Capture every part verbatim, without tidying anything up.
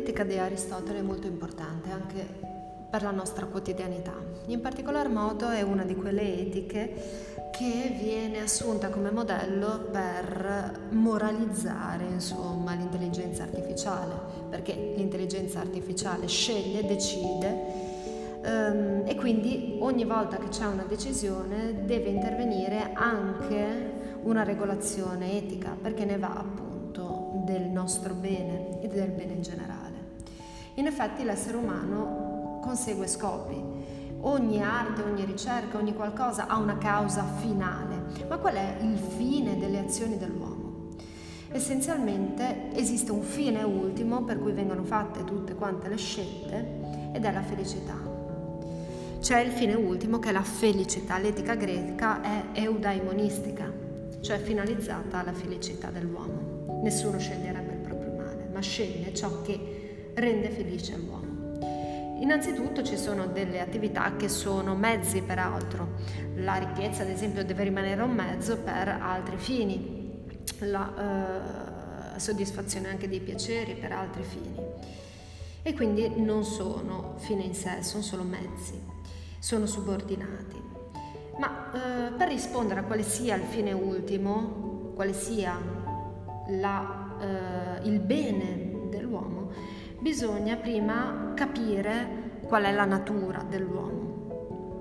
L'etica di Aristotele è molto importante anche per la nostra quotidianità. In particolar modo è una di quelle etiche che viene assunta come modello per moralizzare, insomma, l'intelligenza artificiale, perché l'intelligenza artificiale sceglie, decide ehm, e quindi ogni volta che c'è una decisione deve intervenire anche una regolazione etica, perché ne va appunto del nostro bene e del bene in generale. In effetti l'essere umano consegue scopi. Ogni arte, ogni ricerca, ogni qualcosa ha una causa finale. Ma qual è il fine delle azioni dell'uomo? Essenzialmente esiste un fine ultimo per cui vengono fatte tutte quante le scelte ed è la felicità. C'è il fine ultimo che è la felicità. L'etica greca è eudaimonistica, cioè finalizzata alla felicità dell'uomo. Nessuno sceglierebbe il proprio male, ma sceglie ciò che rende felice l'uomo. Innanzitutto ci sono delle attività che sono mezzi per altro. La ricchezza, ad esempio, deve rimanere un mezzo per altri fini, la eh, soddisfazione anche dei piaceri per altri fini. E quindi non sono fine in sé, sono solo mezzi, sono subordinati. Ma eh, per rispondere a quale sia il fine ultimo, quale sia La, eh, il bene dell'uomo, bisogna prima capire qual è la natura dell'uomo.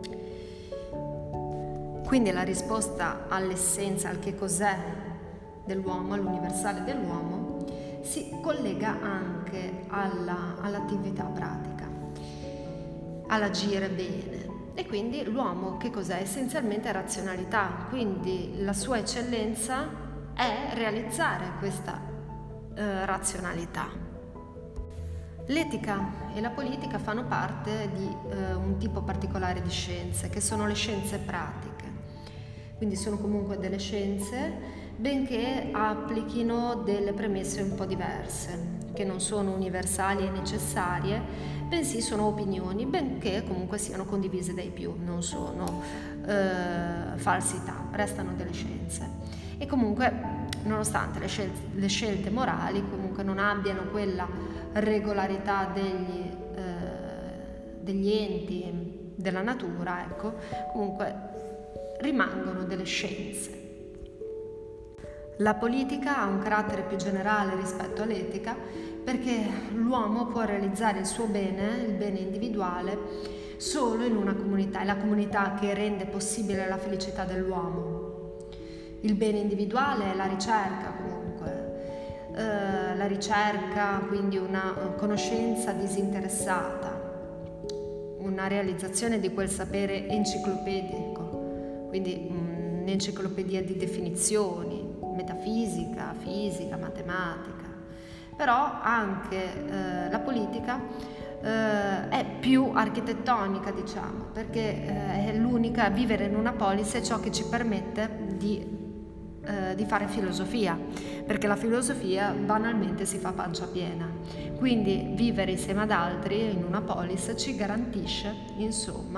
Quindi la risposta all'essenza, al che cos'è dell'uomo, all'universale dell'uomo, si collega anche alla, all'attività pratica, all'agire bene. E quindi l'uomo che cos'è? Essenzialmente razionalità, quindi la sua eccellenza è realizzare questa eh, razionalità. L'etica e la politica fanno parte di eh, un tipo particolare di scienze, che sono le scienze pratiche. Quindi sono comunque delle scienze, benché applichino delle premesse un po' diverse, che non sono universali e necessarie, bensì sono opinioni, benché comunque siano condivise dai più, non sono eh, falsità, restano delle scienze. E comunque, nonostante le scelte, le scelte morali comunque non abbiano quella regolarità degli, eh, degli enti, della natura, ecco, comunque rimangono delle scienze. La politica ha un carattere più generale rispetto all'etica perché l'uomo può realizzare il suo bene, il bene individuale, solo in una comunità. È la comunità che rende possibile la felicità dell'uomo. Il bene individuale è la ricerca comunque, eh, la ricerca, quindi una conoscenza disinteressata, una realizzazione di quel sapere enciclopedico, quindi un'enciclopedia di definizioni, metafisica, fisica, matematica. Però anche eh, la politica eh, è più architettonica, diciamo, perché eh, è l'unica, vivere in una polis è ciò che ci permette di Eh, di fare filosofia, perché la filosofia banalmente si fa pancia piena, quindi vivere insieme ad altri in una polis ci garantisce, insomma,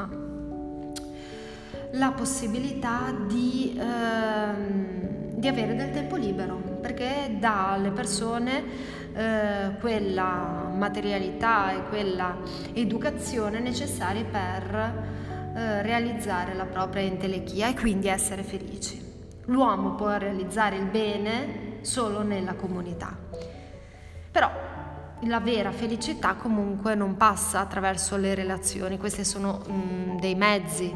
la possibilità di, ehm, di avere del tempo libero, perché dà alle persone eh, quella materialità e quella educazione necessarie per eh, realizzare la propria entelechia e quindi essere felici. L'uomo può realizzare il bene solo nella comunità, però la vera felicità comunque non passa attraverso le relazioni, questi sono mh, dei mezzi.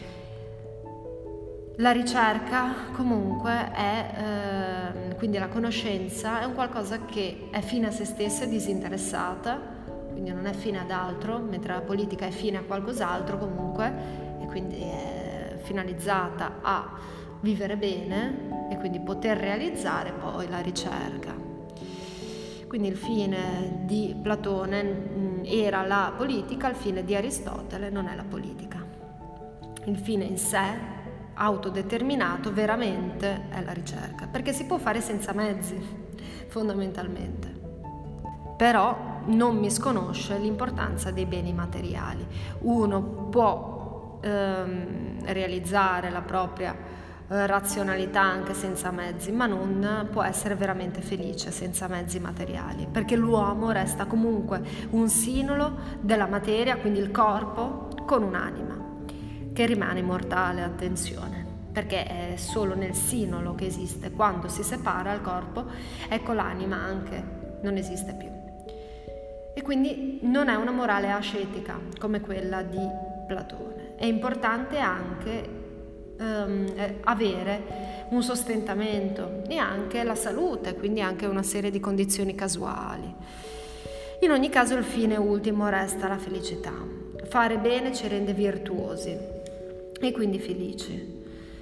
La ricerca comunque è, eh, quindi la conoscenza, è un qualcosa che è fine a se stessa e disinteressata, quindi non è fine ad altro, mentre la politica è fine a qualcos'altro comunque, e quindi è finalizzata a vivere bene e quindi poter realizzare poi la ricerca. Quindi il fine di Platone mh, era la politica, il fine di Aristotele non è la politica. Il fine in sé, autodeterminato, veramente è la ricerca, perché si può fare senza mezzi, fondamentalmente. Però non misconosce l'importanza dei beni materiali. Uno può ehm, realizzare la propria eh, razionalità anche senza mezzi, ma non può essere veramente felice senza mezzi materiali, perché l'uomo resta comunque un simbolo della materia, quindi il corpo con un'anima che rimane immortale, attenzione, perché è solo nel sinolo che esiste. Quando si separa il corpo, ecco, l'anima anche non esiste più. E quindi non è una morale ascetica come quella di Platone. È importante anche um, avere un sostentamento e anche la salute, quindi anche una serie di condizioni casuali. In ogni caso il fine ultimo resta la felicità. Fare bene ci rende virtuosi e quindi felici.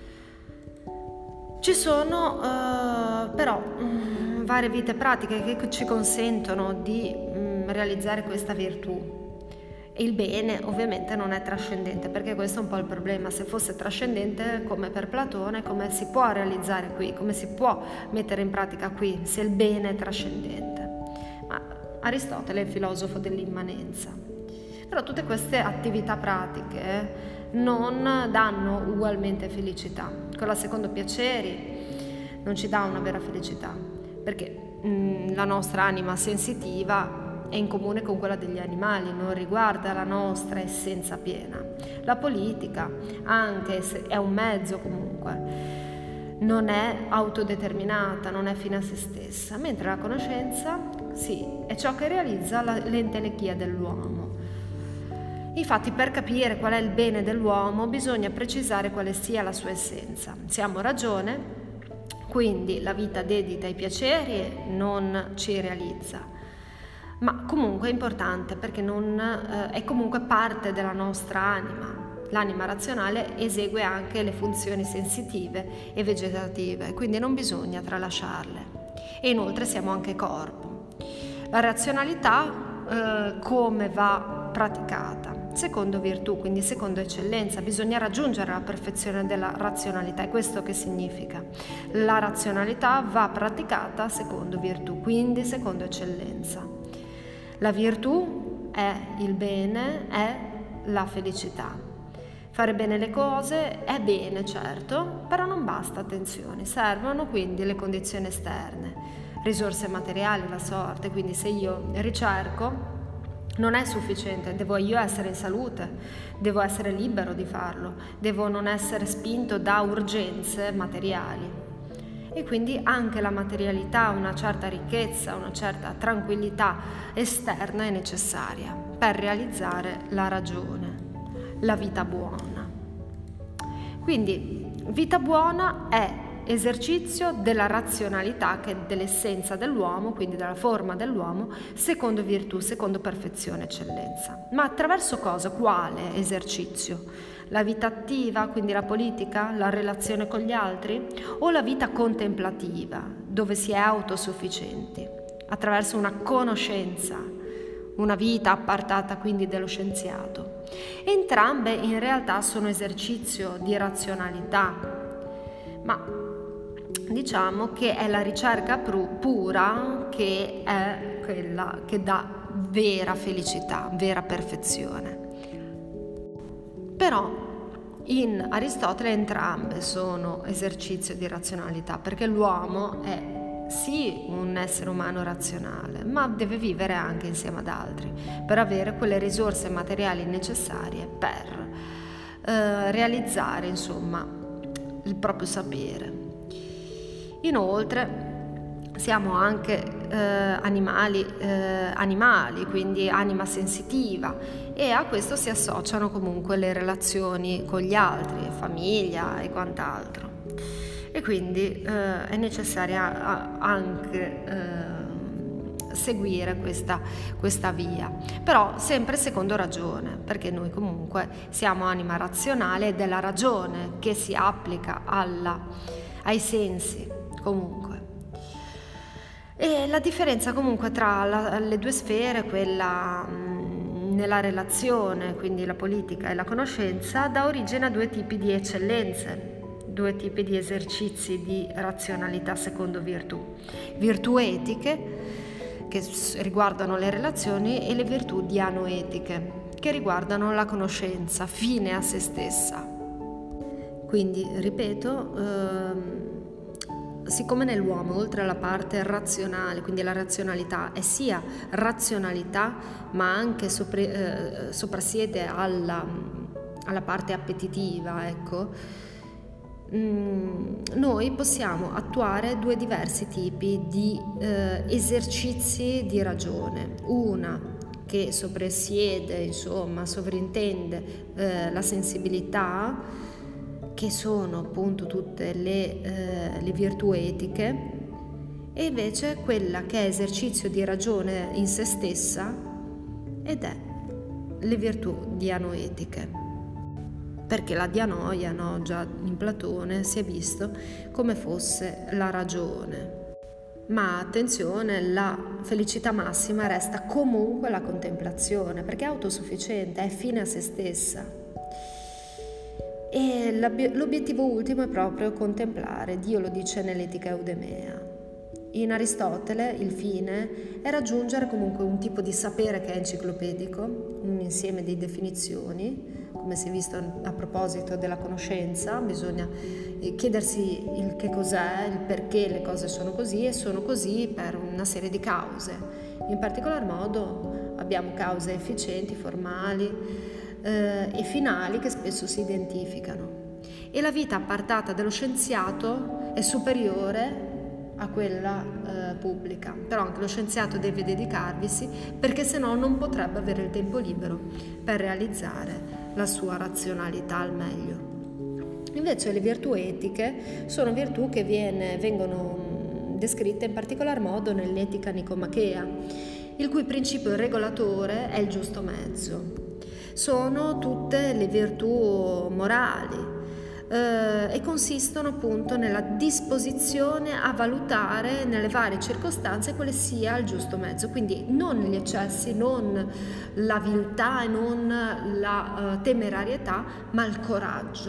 Ci sono uh, però um, varie vite pratiche che ci consentono di um, realizzare questa virtù. E il bene ovviamente non è trascendente, perché questo è un po' il problema. Se fosse trascendente, come per Platone, come si può realizzare qui, come si può mettere in pratica qui se il bene è trascendente? Ma Aristotele è il filosofo dell'immanenza. Però tutte queste attività pratiche non danno ugualmente felicità. Con la secondo piaceri non ci dà una vera felicità, perché mh, la nostra anima sensitiva è in comune con quella degli animali, non riguarda la nostra essenza piena. La politica, anche se è un mezzo comunque, non è autodeterminata, non è fine a se stessa, mentre la conoscenza, sì, è ciò che realizza la, l'entelechia dell'uomo. Infatti, per capire qual è il bene dell'uomo bisogna precisare quale sia la sua essenza. Se amo ragione, quindi la vita dedita ai piaceri non ci realizza. Ma comunque è importante, perché non, eh, è comunque parte della nostra anima. L'anima razionale esegue anche le funzioni sensitive e vegetative, quindi non bisogna tralasciarle. E inoltre siamo anche corpo. La razionalità eh, come va praticata? Secondo virtù, quindi secondo eccellenza. Bisogna raggiungere la perfezione della razionalità. È questo che significa. La razionalità va praticata secondo virtù, quindi secondo eccellenza. La virtù è il bene, è la felicità. Fare bene le cose è bene, certo, però non basta, attenzione. Servono quindi le condizioni esterne, risorse materiali, la sorte. Quindi se io ricerco, non è sufficiente, devo io essere in salute, devo essere libero di farlo, devo non essere spinto da urgenze materiali. E quindi anche la materialità, una certa ricchezza, una certa tranquillità esterna è necessaria per realizzare la ragione, la vita buona. Quindi vita buona è esercizio della razionalità, che è dell'essenza dell'uomo, quindi della forma dell'uomo, secondo virtù, secondo perfezione, eccellenza. Ma attraverso cosa? Quale esercizio? La vita attiva, quindi la politica, la relazione con gli altri, o la vita contemplativa, dove si è autosufficienti, attraverso una conoscenza, una vita appartata quindi dello scienziato? Entrambe in realtà sono esercizio di razionalità, ma diciamo che è la ricerca pura che è quella che dà vera felicità, vera perfezione. Però in Aristotele entrambe sono esercizio di razionalità, perché l'uomo è sì un essere umano razionale, ma deve vivere anche insieme ad altri per avere quelle risorse materiali necessarie per eh, realizzare, insomma, il proprio sapere. Inoltre siamo anche eh, animali, eh, animali, quindi anima sensitiva, e a questo si associano comunque le relazioni con gli altri, famiglia e quant'altro. E quindi eh, è necessaria anche eh, seguire questa, questa via, però sempre secondo ragione, perché noi comunque siamo anima razionale ed è la ragione che si applica alla, ai sensi comunque. E la differenza comunque tra la, le due sfere, quella mh, nella relazione, quindi la politica e la conoscenza, dà origine a due tipi di eccellenze, due tipi di esercizi di razionalità secondo virtù. Virtù etiche, che riguardano le relazioni, e le virtù dianoetiche, che riguardano la conoscenza, fine a se stessa. Quindi, ripeto, ehm, siccome nell'uomo, oltre alla parte razionale, quindi la razionalità, è sia razionalità, ma anche sopra, eh, soprassiede alla, alla parte appetitiva, ecco, mm, noi possiamo attuare due diversi tipi di eh, esercizi di ragione. Una che soprassiede, insomma, sovrintende eh, la sensibilità, che sono appunto tutte le, eh, le virtù etiche, e invece quella che è esercizio di ragione in se stessa ed è le virtù dianoetiche. Perché la dianoia, no, già in Platone si è visto come fosse la ragione. Ma attenzione, la felicità massima resta comunque la contemplazione, perché è autosufficiente, è fine a se stessa. E l'obiettivo ultimo è proprio contemplare, Dio lo dice nell'Etica Eudemea. In Aristotele il fine è raggiungere comunque un tipo di sapere che è enciclopedico, un insieme di definizioni, come si è visto a proposito della conoscenza. Bisogna chiedersi il che cos'è, il perché le cose sono così, e sono così per una serie di cause. In particolar modo abbiamo cause efficienti, formali, Eh, e finali che spesso si identificano, e la vita appartata dello scienziato è superiore a quella eh, pubblica, però anche lo scienziato deve dedicarvisi, perché se no non potrebbe avere il tempo libero per realizzare la sua razionalità al meglio. Invece le virtù etiche sono virtù che viene, vengono descritte in particolar modo nell'Etica Nicomachea, il cui principio regolatore è il giusto mezzo. Sono tutte le virtù morali eh, e consistono appunto nella disposizione a valutare nelle varie circostanze quale sia il giusto mezzo, quindi non gli eccessi, non la viltà e non la uh, temerarietà, ma il coraggio.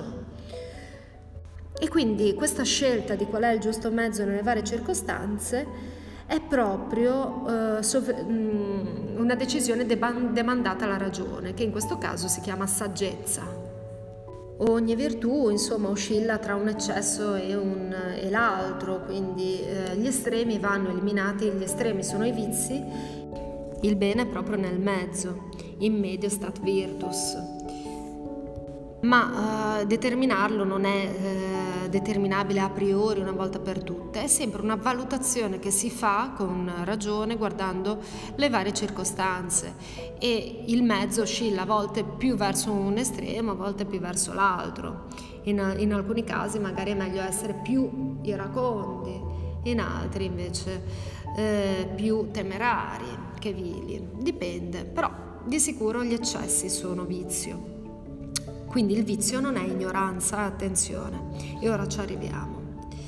E quindi questa scelta di qual è il giusto mezzo nelle varie circostanze è proprio eh, sov- mh, una decisione deban- demandata alla ragione, che in questo caso si chiama saggezza. Ogni virtù, insomma, oscilla tra un eccesso e, un, e l'altro, quindi eh, gli estremi vanno eliminati, gli estremi sono i vizi, il bene è proprio nel mezzo, in medio stat virtus. Ma uh, determinarlo non è uh, determinabile a priori una volta per tutte, è sempre una valutazione che si fa con ragione guardando le varie circostanze, e il mezzo oscilla a volte più verso un estremo, a volte più verso l'altro. In, in alcuni casi magari è meglio essere più iracondi, in altri invece eh, più temerari che vili, dipende, però di sicuro gli eccessi sono vizio. Quindi il vizio non è ignoranza, attenzione, e ora ci arriviamo.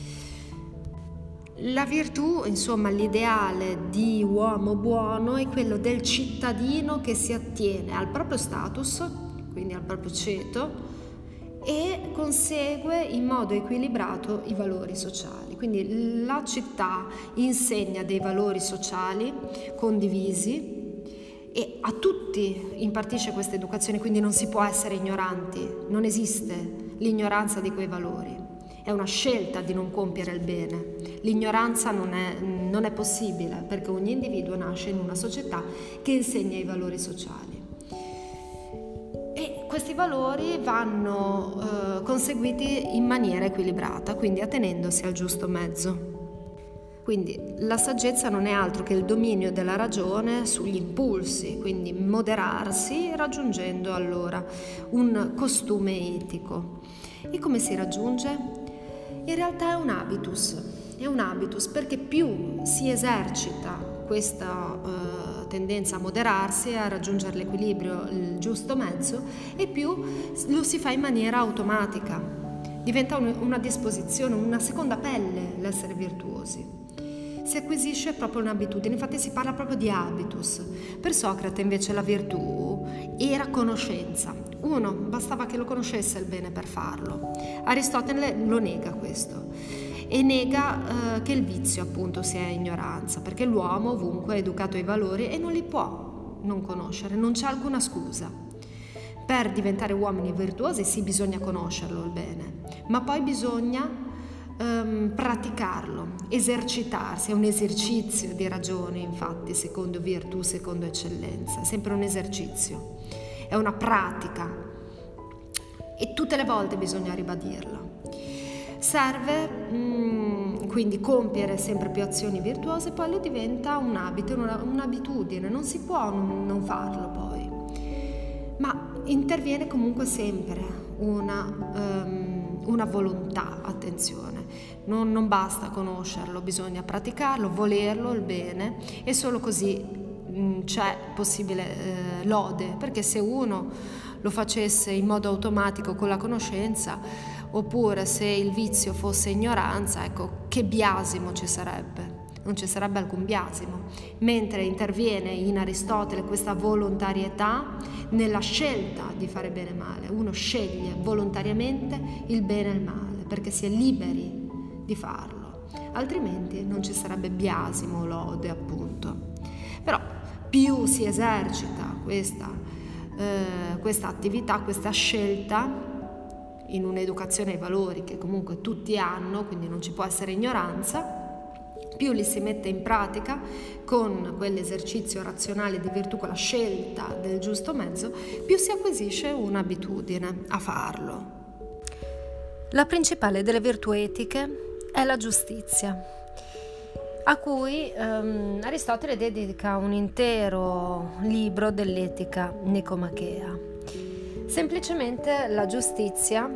La virtù, insomma, l'ideale di uomo buono è quello del cittadino che si attiene al proprio status, quindi al proprio ceto, e consegue in modo equilibrato i valori sociali. Quindi la città insegna dei valori sociali condivisi, e a tutti impartisce questa educazione, quindi non si può essere ignoranti, non esiste l'ignoranza di quei valori, è una scelta di non compiere il bene. L'ignoranza non è, non è possibile, perché ogni individuo nasce in una società che insegna i valori sociali. E questi valori vanno eh, conseguiti in maniera equilibrata, quindi attenendosi al giusto mezzo. Quindi la saggezza non è altro che il dominio della ragione sugli impulsi, quindi moderarsi raggiungendo allora un costume etico. E come si raggiunge? In realtà è un habitus, è un habitus perché più si esercita questa uh, tendenza a moderarsi, a raggiungere l'equilibrio, il giusto mezzo, e più lo si fa in maniera automatica. Diventa un, una disposizione, una seconda pelle l'essere virtuosi. Si acquisisce proprio un'abitudine, infatti si parla proprio di habitus. Per Socrate invece la virtù era conoscenza. Uno, bastava che lo conoscesse il bene per farlo. Aristotele lo nega questo e nega eh, che il vizio appunto sia ignoranza, perché l'uomo ovunque è educato ai valori e non li può non conoscere, non c'è alcuna scusa. per diventare uomini virtuosi sì, bisogna conoscerlo il bene, ma poi bisogna Um, praticarlo, esercitarsi. È un esercizio di ragione, infatti, secondo virtù, secondo eccellenza, è sempre un esercizio, è una pratica e tutte le volte bisogna ribadirlo. Serve mm, quindi compiere sempre più azioni virtuose, poi lo diventa un abito, una, un'abitudine, non si può non, non farlo poi, ma interviene comunque sempre una, um, una volontà, attenzione. Non, non basta conoscerlo, bisogna praticarlo, volerlo, il bene, e solo così mh, c'è possibile eh, lode, perché se uno lo facesse in modo automatico con la conoscenza, oppure se il vizio fosse ignoranza, ecco, che biasimo ci sarebbe? Non ci sarebbe alcun biasimo, mentre interviene in Aristotele questa volontarietà nella scelta di fare bene e male. Uno sceglie volontariamente il bene e il male, perché si è liberi di farlo, altrimenti non ci sarebbe biasimo, lode, appunto. Però più si esercita questa, eh, questa attività, questa scelta in un'educazione ai valori che comunque tutti hanno, quindi non ci può essere ignoranza, più li si mette in pratica con quell'esercizio razionale di virtù, con la scelta del giusto mezzo, più si acquisisce un'abitudine a farlo. La principale delle virtù etiche è la giustizia, a cui ehm, Aristotele dedica un intero libro dell'etica nicomachea. Semplicemente la giustizia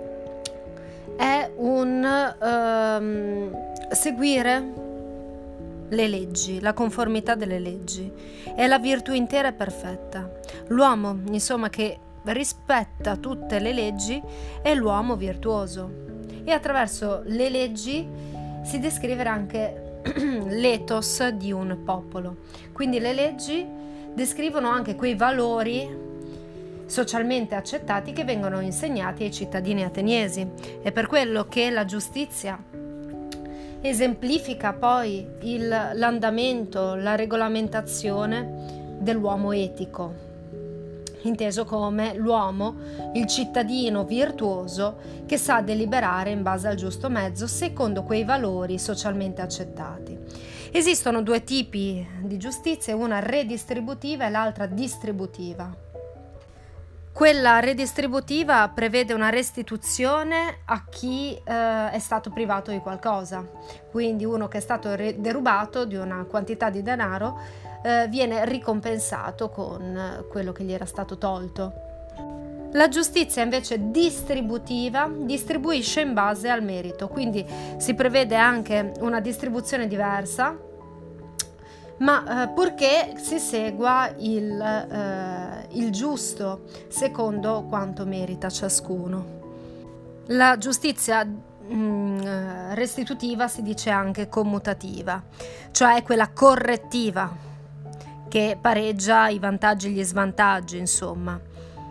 è un ehm, seguire le leggi, la conformità delle leggi, è la virtù intera e perfetta. L'uomo, insomma, che rispetta tutte le leggi è l'uomo virtuoso. E attraverso le leggi si descrive anche l'ethos di un popolo. Quindi le leggi descrivono anche quei valori socialmente accettati che vengono insegnati ai cittadini ateniesi. È per quello che la giustizia esemplifica poi il, l'andamento, la regolamentazione dell'uomo etico, inteso come l'uomo, il cittadino virtuoso che sa deliberare in base al giusto mezzo secondo quei valori socialmente accettati. Esistono due tipi di giustizia, una redistributiva e l'altra distributiva. Quella redistributiva prevede una restituzione a chi eh, è stato privato di qualcosa, quindi uno che è stato re- derubato di una quantità di denaro eh, viene ricompensato con quello che gli era stato tolto. La giustizia invece distributiva distribuisce in base al merito, quindi si prevede anche una distribuzione diversa, ma eh, purché si segua il, eh, il giusto secondo quanto merita ciascuno. La giustizia mh, restitutiva si dice anche commutativa, cioè quella correttiva che pareggia i vantaggi e gli svantaggi, insomma.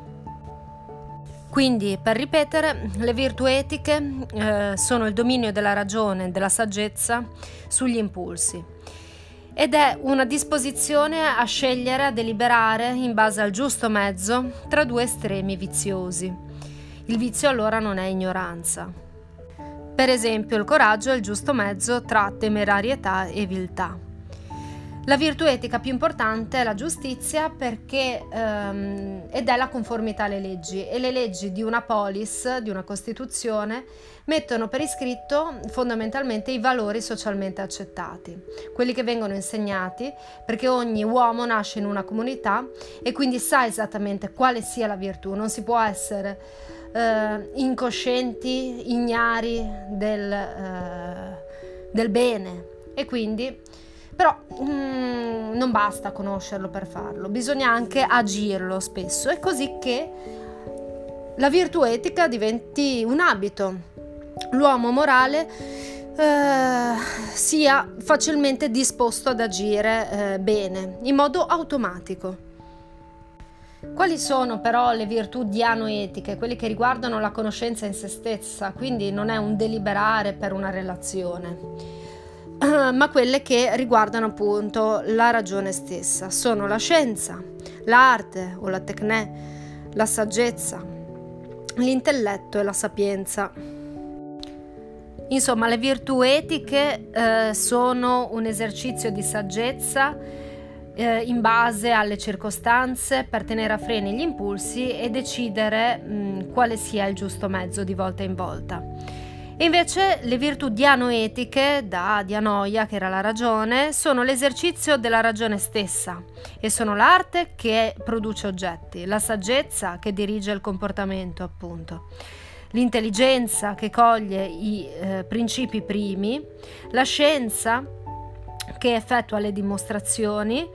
Quindi, per ripetere, le virtù etiche eh, sono il dominio della ragione, della saggezza sugli impulsi, ed è una disposizione a scegliere, a deliberare in base al giusto mezzo tra due estremi viziosi. Il vizio allora non è ignoranza. Per esempio, il coraggio è il giusto mezzo tra temerarietà e viltà. La virtù etica più importante è la giustizia perché ehm, ed è la conformità alle leggi, e le leggi di una polis, di una costituzione, mettono per iscritto fondamentalmente i valori socialmente accettati, quelli che vengono insegnati, perché ogni uomo nasce in una comunità e quindi sa esattamente quale sia la virtù. Non si può essere eh, incoscienti, ignari del, eh, del bene, e quindi però mm, non basta conoscerlo per farlo, bisogna anche agirlo spesso, è così che la virtù etica diventi un abito. L'uomo morale eh, sia facilmente disposto ad agire eh, bene, in modo automatico. Quali sono però le virtù dianoetiche? Quelle che riguardano la conoscenza in se stessa, quindi non è un deliberare per una relazione, ma quelle che riguardano appunto la ragione stessa. Sono la scienza, l'arte o la tecne, la saggezza, l'intelletto e la sapienza. Insomma, le virtù etiche eh, sono un esercizio di saggezza eh, in base alle circostanze per tenere a freni gli impulsi e decidere mh, quale sia il giusto mezzo di volta in volta. E invece le virtù dianoetiche, da dianoia, che era la ragione, sono l'esercizio della ragione stessa e sono l'arte che produce oggetti, la saggezza che dirige il comportamento, appunto, l'intelligenza che coglie i eh, principi primi, la scienza che effettua le dimostrazioni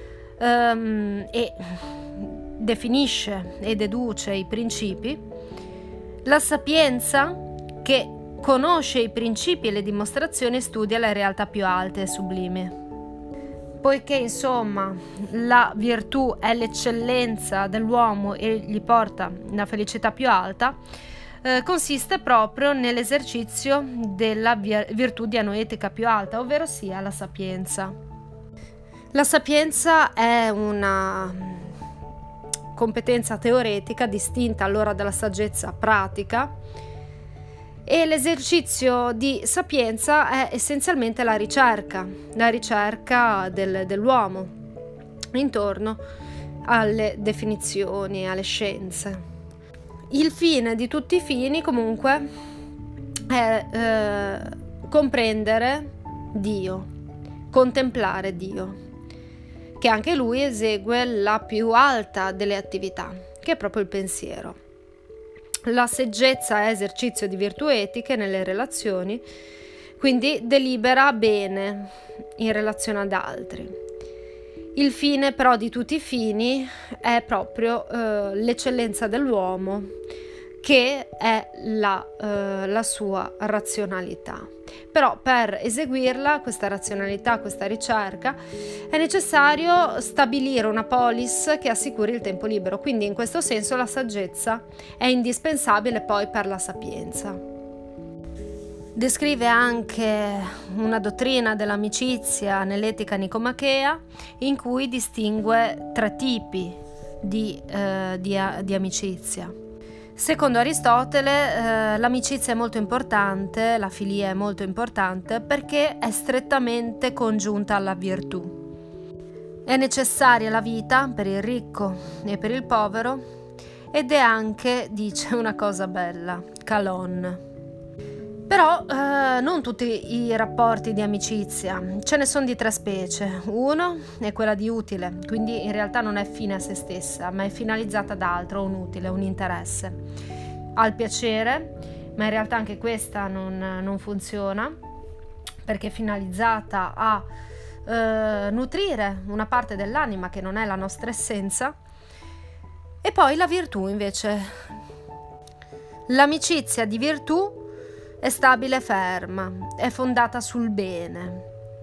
ehm, e definisce e deduce i principi, la sapienza che conosce i principi e le dimostrazioni e studia le realtà più alte e sublimi. Poiché insomma la virtù è l'eccellenza dell'uomo e gli porta la felicità più alta, eh, consiste proprio nell'esercizio della virtù dianoetica più alta, ovvero sia la sapienza. La sapienza è una competenza teoretica distinta allora dalla saggezza pratica, e l'esercizio di sapienza è essenzialmente la ricerca, la ricerca del, dell'uomo intorno alle definizioni, alle scienze. Il fine di tutti i fini comunque è eh, comprendere Dio, contemplare Dio, che anche lui esegue la più alta delle attività, che è proprio il pensiero. La saggezza è esercizio di virtù etiche nelle relazioni, quindi delibera bene in relazione ad altri. Il fine però di tutti i fini è proprio eh, l'eccellenza dell'uomo, che è la, eh, la sua razionalità. Però per eseguirla, questa razionalità, questa ricerca, è necessario stabilire una polis che assicuri il tempo libero, quindi in questo senso la saggezza è indispensabile poi per la sapienza. Descrive anche una dottrina dell'amicizia nell'Etica Nicomachea, in cui distingue tre tipi di, eh, di, di amicizia. Secondo Aristotele eh, l'amicizia è molto importante, la filia è molto importante perché è strettamente congiunta alla virtù. È necessaria la vita per il ricco e per il povero ed è anche, dice, una cosa bella, calon. Però eh, non tutti i rapporti di amicizia, ce ne sono di tre specie. Uno è quella di utile, quindi in realtà non è fine a se stessa, ma è finalizzata ad altro, un utile, un interesse. Al piacere, ma in realtà anche questa non, non funziona, perché è finalizzata a eh, nutrire una parte dell'anima che non è la nostra essenza. E poi la virtù invece. L'amicizia di virtù è stabile e ferma, è fondata sul bene.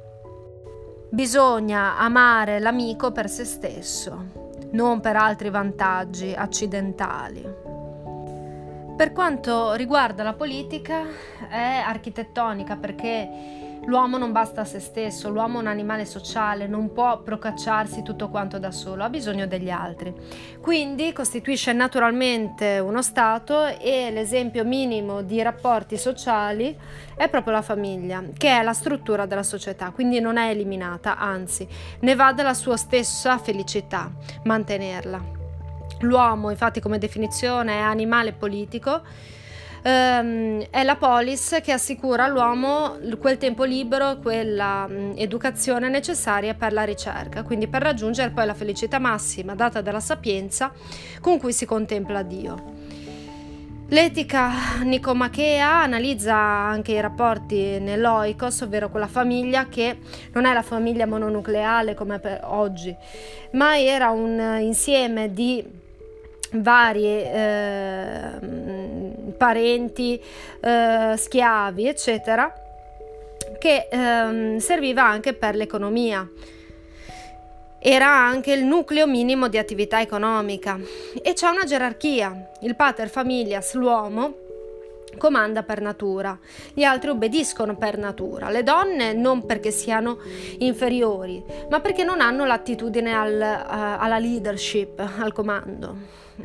Bisogna amare l'amico per se stesso, non per altri vantaggi accidentali. Per quanto riguarda la politica, è architettonica perché l'uomo non basta a se stesso, l'uomo è un animale sociale, non può procacciarsi tutto quanto da solo, ha bisogno degli altri. Quindi costituisce naturalmente uno Stato e l'esempio minimo di rapporti sociali è proprio la famiglia, che è la struttura della società, quindi non è eliminata, anzi, ne va della sua stessa felicità mantenerla. L'uomo, infatti, come definizione è animale politico. È la polis che assicura all'uomo quel tempo libero, quella educazione necessaria per la ricerca, quindi per raggiungere poi la felicità massima data dalla sapienza con cui si contempla Dio. L'etica nicomachea analizza anche i rapporti nell'oikos, ovvero quella famiglia che non è la famiglia mononucleale come per oggi, ma era un insieme di vari eh, parenti, eh, schiavi, eccetera, che eh, serviva anche per l'economia. Era anche il nucleo minimo di attività economica e c'è una gerarchia. Il pater familias, l'uomo, comanda per natura, gli altri obbediscono per natura. Le donne non perché siano inferiori, ma perché non hanno l'attitudine al, uh, alla leadership, al comando.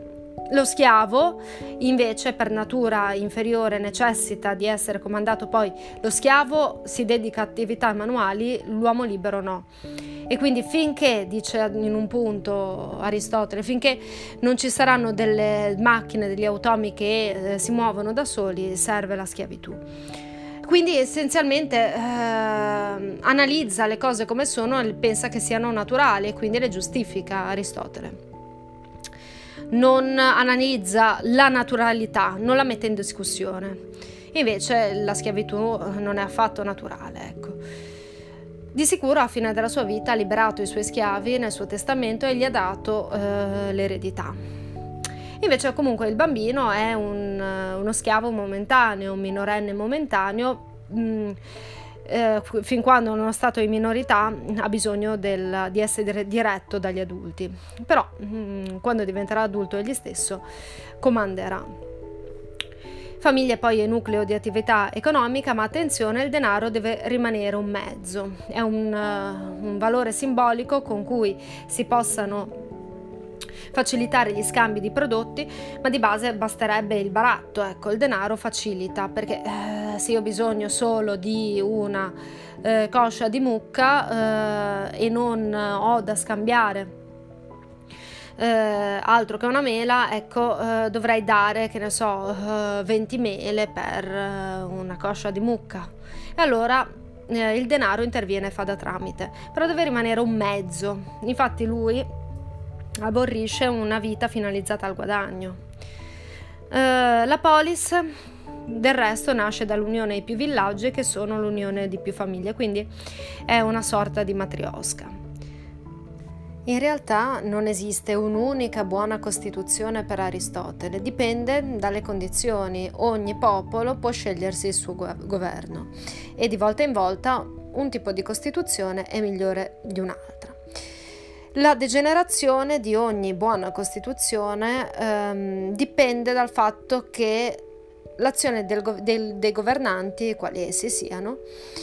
Lo schiavo invece per natura inferiore necessita di essere comandato, poi lo schiavo si dedica a attività manuali, l'uomo libero no. E quindi finché, dice in un punto Aristotele, finché non ci saranno delle macchine, degli automi che eh, si muovono da soli, serve la schiavitù. Quindi essenzialmente eh, analizza le cose come sono e pensa che siano naturali e quindi le giustifica Aristotele. Non analizza la naturalità, non la mette in discussione. Invece la schiavitù non è affatto naturale, ecco. Di sicuro a fine della sua vita ha liberato i suoi schiavi nel suo testamento e gli ha dato eh, l'eredità. Invece comunque il bambino è un, uno schiavo momentaneo, un minorenne momentaneo, mh, eh, fin quando non è stato in minorità ha bisogno del, di essere diretto dagli adulti, però mh, quando diventerà adulto egli stesso comanderà. Famiglia poi è nucleo di attività economica, ma attenzione, il denaro deve rimanere un mezzo, è un, uh, un valore simbolico con cui si possano facilitare gli scambi di prodotti, ma di base basterebbe il baratto, ecco, il denaro facilita, perché eh, se io ho bisogno solo di una eh, coscia di mucca eh, e non ho da scambiare Eh, altro che una mela, ecco, eh, dovrei dare, che ne so, eh, venti mele per eh, una coscia di mucca. E allora eh, il denaro interviene e fa da tramite, però deve rimanere un mezzo. Infatti lui aborrisce una vita finalizzata al guadagno. Eh, la polis, del resto, nasce dall'unione di più villaggi che sono l'unione di più famiglie, quindi è una sorta di matriosca. In realtà non esiste un'unica buona Costituzione per Aristotele, dipende dalle condizioni. Ogni popolo può scegliersi il suo governo e di volta in volta un tipo di Costituzione è migliore di un'altra. La degenerazione di ogni buona Costituzione ehm, dipende dal fatto che l'azione del, del, dei governanti, quali essi siano,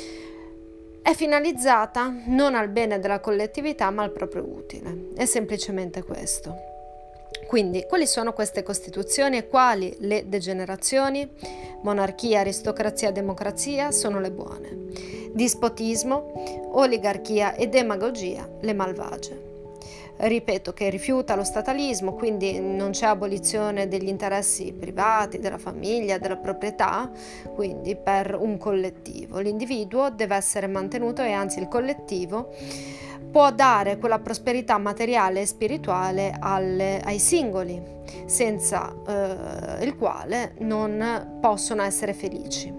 è finalizzata non al bene della collettività ma al proprio utile. È semplicemente questo. Quindi, quali sono queste costituzioni e quali le degenerazioni? Monarchia, aristocrazia, democrazia sono le buone. Dispotismo, oligarchia e demagogia le malvagie. Ripeto che rifiuta lo statalismo, quindi non c'è abolizione degli interessi privati, della famiglia, della proprietà, quindi per un collettivo. L'individuo deve essere mantenuto e anzi il collettivo può dare quella prosperità materiale e spirituale alle, ai singoli, senza eh, il quale non possono essere felici.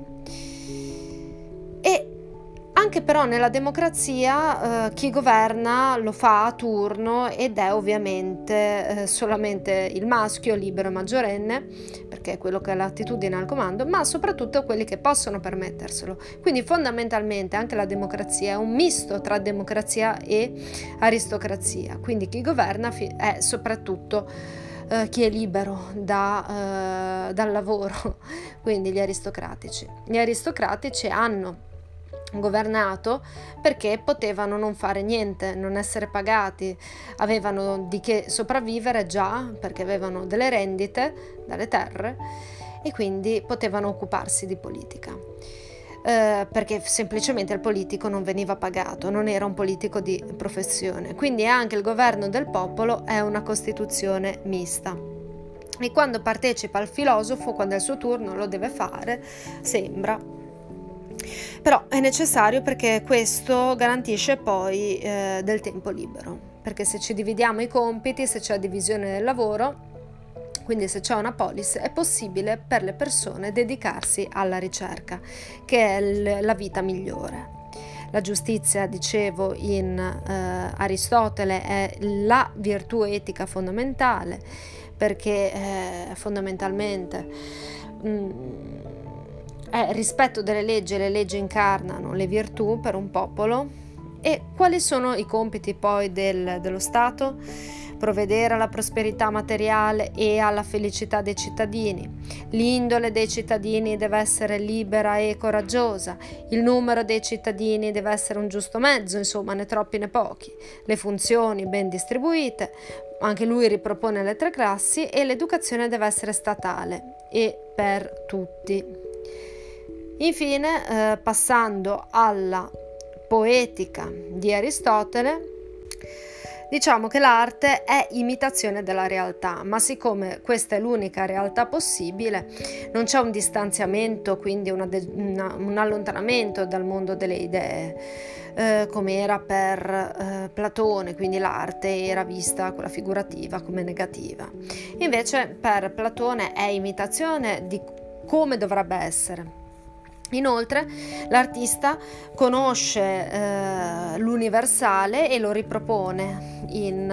E anche però nella democrazia eh, chi governa lo fa a turno ed è ovviamente eh, solamente il maschio libero e maggiorenne, perché è quello che ha l'attitudine al comando, ma soprattutto quelli che possono permetterselo. Quindi fondamentalmente anche la democrazia è un misto tra democrazia e aristocrazia, quindi chi governa è soprattutto eh, chi è libero da, eh, dal lavoro, quindi gli aristocratici. Gli aristocratici hanno governato perché potevano non fare niente, non essere pagati, avevano di che sopravvivere già perché avevano delle rendite dalle terre e quindi potevano occuparsi di politica, eh, perché semplicemente il politico non veniva pagato, non era un politico di professione. Quindi anche il governo del popolo è una costituzione mista. E quando partecipa il filosofo, quando è il suo turno, lo deve fare, sembra. Però è necessario perché questo garantisce poi eh, del tempo libero, perché se ci dividiamo i compiti, se c'è divisione del lavoro, quindi se c'è una polis, è possibile per le persone dedicarsi alla ricerca, che è l- la vita migliore. La giustizia, dicevo, in eh, Aristotele è la virtù etica fondamentale, perché eh, fondamentalmente mh, è rispetto delle leggi, le leggi incarnano le virtù per un popolo. E quali sono i compiti poi del, dello Stato? provvedere alla prosperità materiale e alla felicità dei cittadini. L'indole dei cittadini deve essere libera e coraggiosa, il numero dei cittadini deve essere un giusto mezzo, insomma né troppi né pochi, le funzioni ben distribuite, anche lui ripropone le tre classi, e l'educazione deve essere statale e per tutti. Infine, eh, passando alla poetica di Aristotele, diciamo che l'arte è imitazione della realtà, ma siccome questa è l'unica realtà possibile, non c'è un distanziamento, quindi una de- una, un allontanamento dal mondo delle idee, eh, come era per eh, Platone, quindi l'arte era vista, quella figurativa, come negativa. Invece per Platone è imitazione di come dovrebbe essere. Inoltre l'artista conosce eh, l'universale e lo ripropone in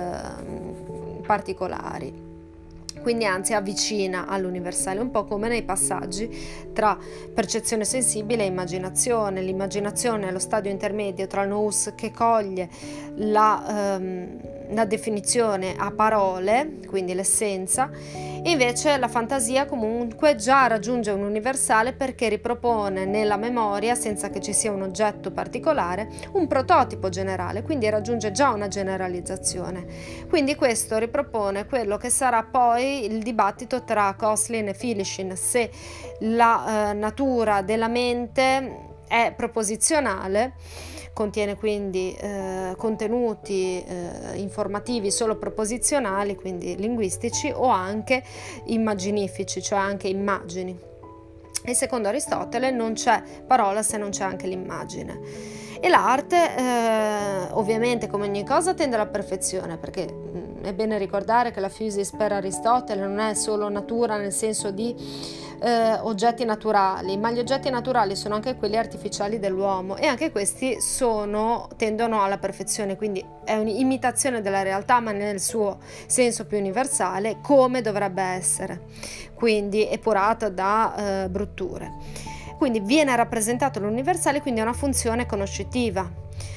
eh, particolari, quindi anzi avvicina all'universale, un po' come nei passaggi tra percezione sensibile e immaginazione. L'immaginazione è lo stadio intermedio tra il nous che coglie la, ehm, la definizione a parole, quindi l'essenza, e invece la fantasia comunque già raggiunge un universale perché ripropone nella memoria, senza che ci sia un oggetto particolare, un prototipo generale, quindi raggiunge già una generalizzazione. Quindi questo ripropone quello che sarà poi il dibattito tra Koslin e Filishin, se la eh, natura della mente è proposizionale, contiene quindi eh, contenuti eh, informativi solo proposizionali, quindi linguistici, o anche immaginifici, cioè anche immagini. E secondo Aristotele non c'è parola se non c'è anche l'immagine. E l'arte, eh, ovviamente, come ogni cosa, tende alla perfezione, perché mh, è bene ricordare che la physis per Aristotele non è solo natura nel senso di eh, oggetti naturali, ma gli oggetti naturali sono anche quelli artificiali dell'uomo, e anche questi sono, tendono alla perfezione, quindi è un'imitazione della realtà, ma nel suo senso più universale, come dovrebbe essere, quindi epurata da eh, brutture. Quindi viene rappresentato l'universale, quindi è una funzione conoscitiva,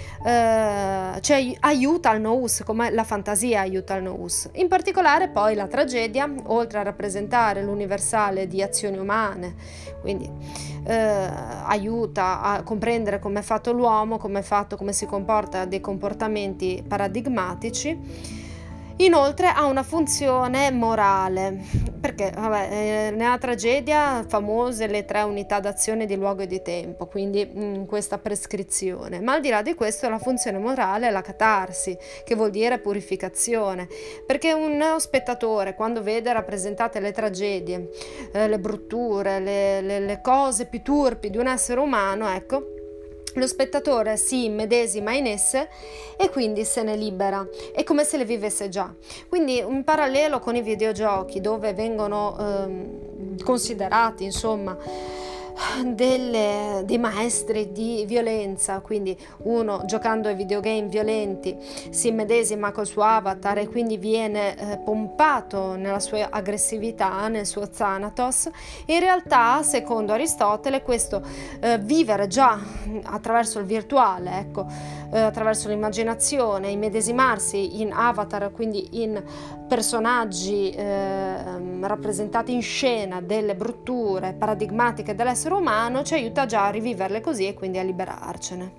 eh, cioè aiuta al nous, come la fantasia aiuta al nous. In particolare poi la tragedia, oltre a rappresentare l'universale di azioni umane, quindi eh, aiuta a comprendere come è fatto l'uomo, come è fatto, come si comporta, dei comportamenti paradigmatici. Inoltre ha una funzione morale, perché vabbè, eh, nella tragedia famose le tre unità d'azione di luogo e di tempo, quindi mh, questa prescrizione, ma al di là di questo la funzione morale è la catarsi, che vuol dire purificazione, perché uno spettatore, quando vede rappresentate le tragedie, eh, le brutture, le, le, le cose più turpi di un essere umano, ecco, lo spettatore si immedesima in esse e quindi se ne libera, è come se le vivesse già. Quindi in parallelo con i videogiochi, dove vengono ehm, considerati insomma Delle, dei maestri di violenza, quindi uno giocando ai videogame violenti si immedesima col suo avatar e quindi viene eh, pompato nella sua aggressività, nel suo Thanatos. In realtà, secondo Aristotele, questo eh, vivere già attraverso il virtuale, ecco, eh, attraverso l'immaginazione, immedesimarsi in avatar, quindi in personaggi eh, rappresentati in scena delle brutture paradigmatiche dell'essere umano, ci aiuta già a riviverle così e quindi a liberarcene.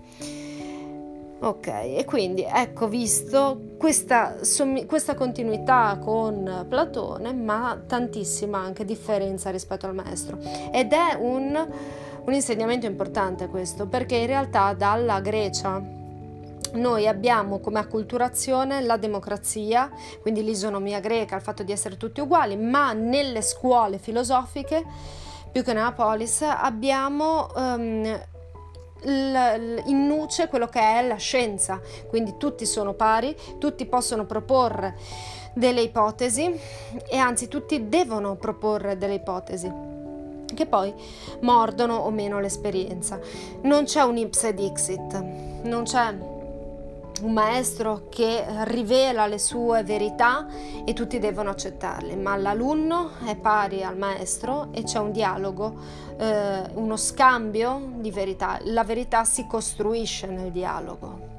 Ok, e quindi ecco visto questa, questa continuità con Platone, ma tantissima anche differenza rispetto al maestro, ed è un, un insegnamento importante questo, perché in realtà dalla Grecia noi abbiamo come acculturazione la democrazia, quindi l'isonomia greca, il fatto di essere tutti uguali, ma nelle scuole filosofiche, più che nella polis, abbiamo um, in nuce quello che è la scienza, quindi tutti sono pari, tutti possono proporre delle ipotesi e anzi tutti devono proporre delle ipotesi che poi mordono o meno l'esperienza. Non c'è un ipse dixit, non c'è un maestro che rivela le sue verità e tutti devono accettarle, ma l'alunno è pari al maestro e c'è un dialogo, eh, uno scambio di verità. La verità si costruisce nel dialogo.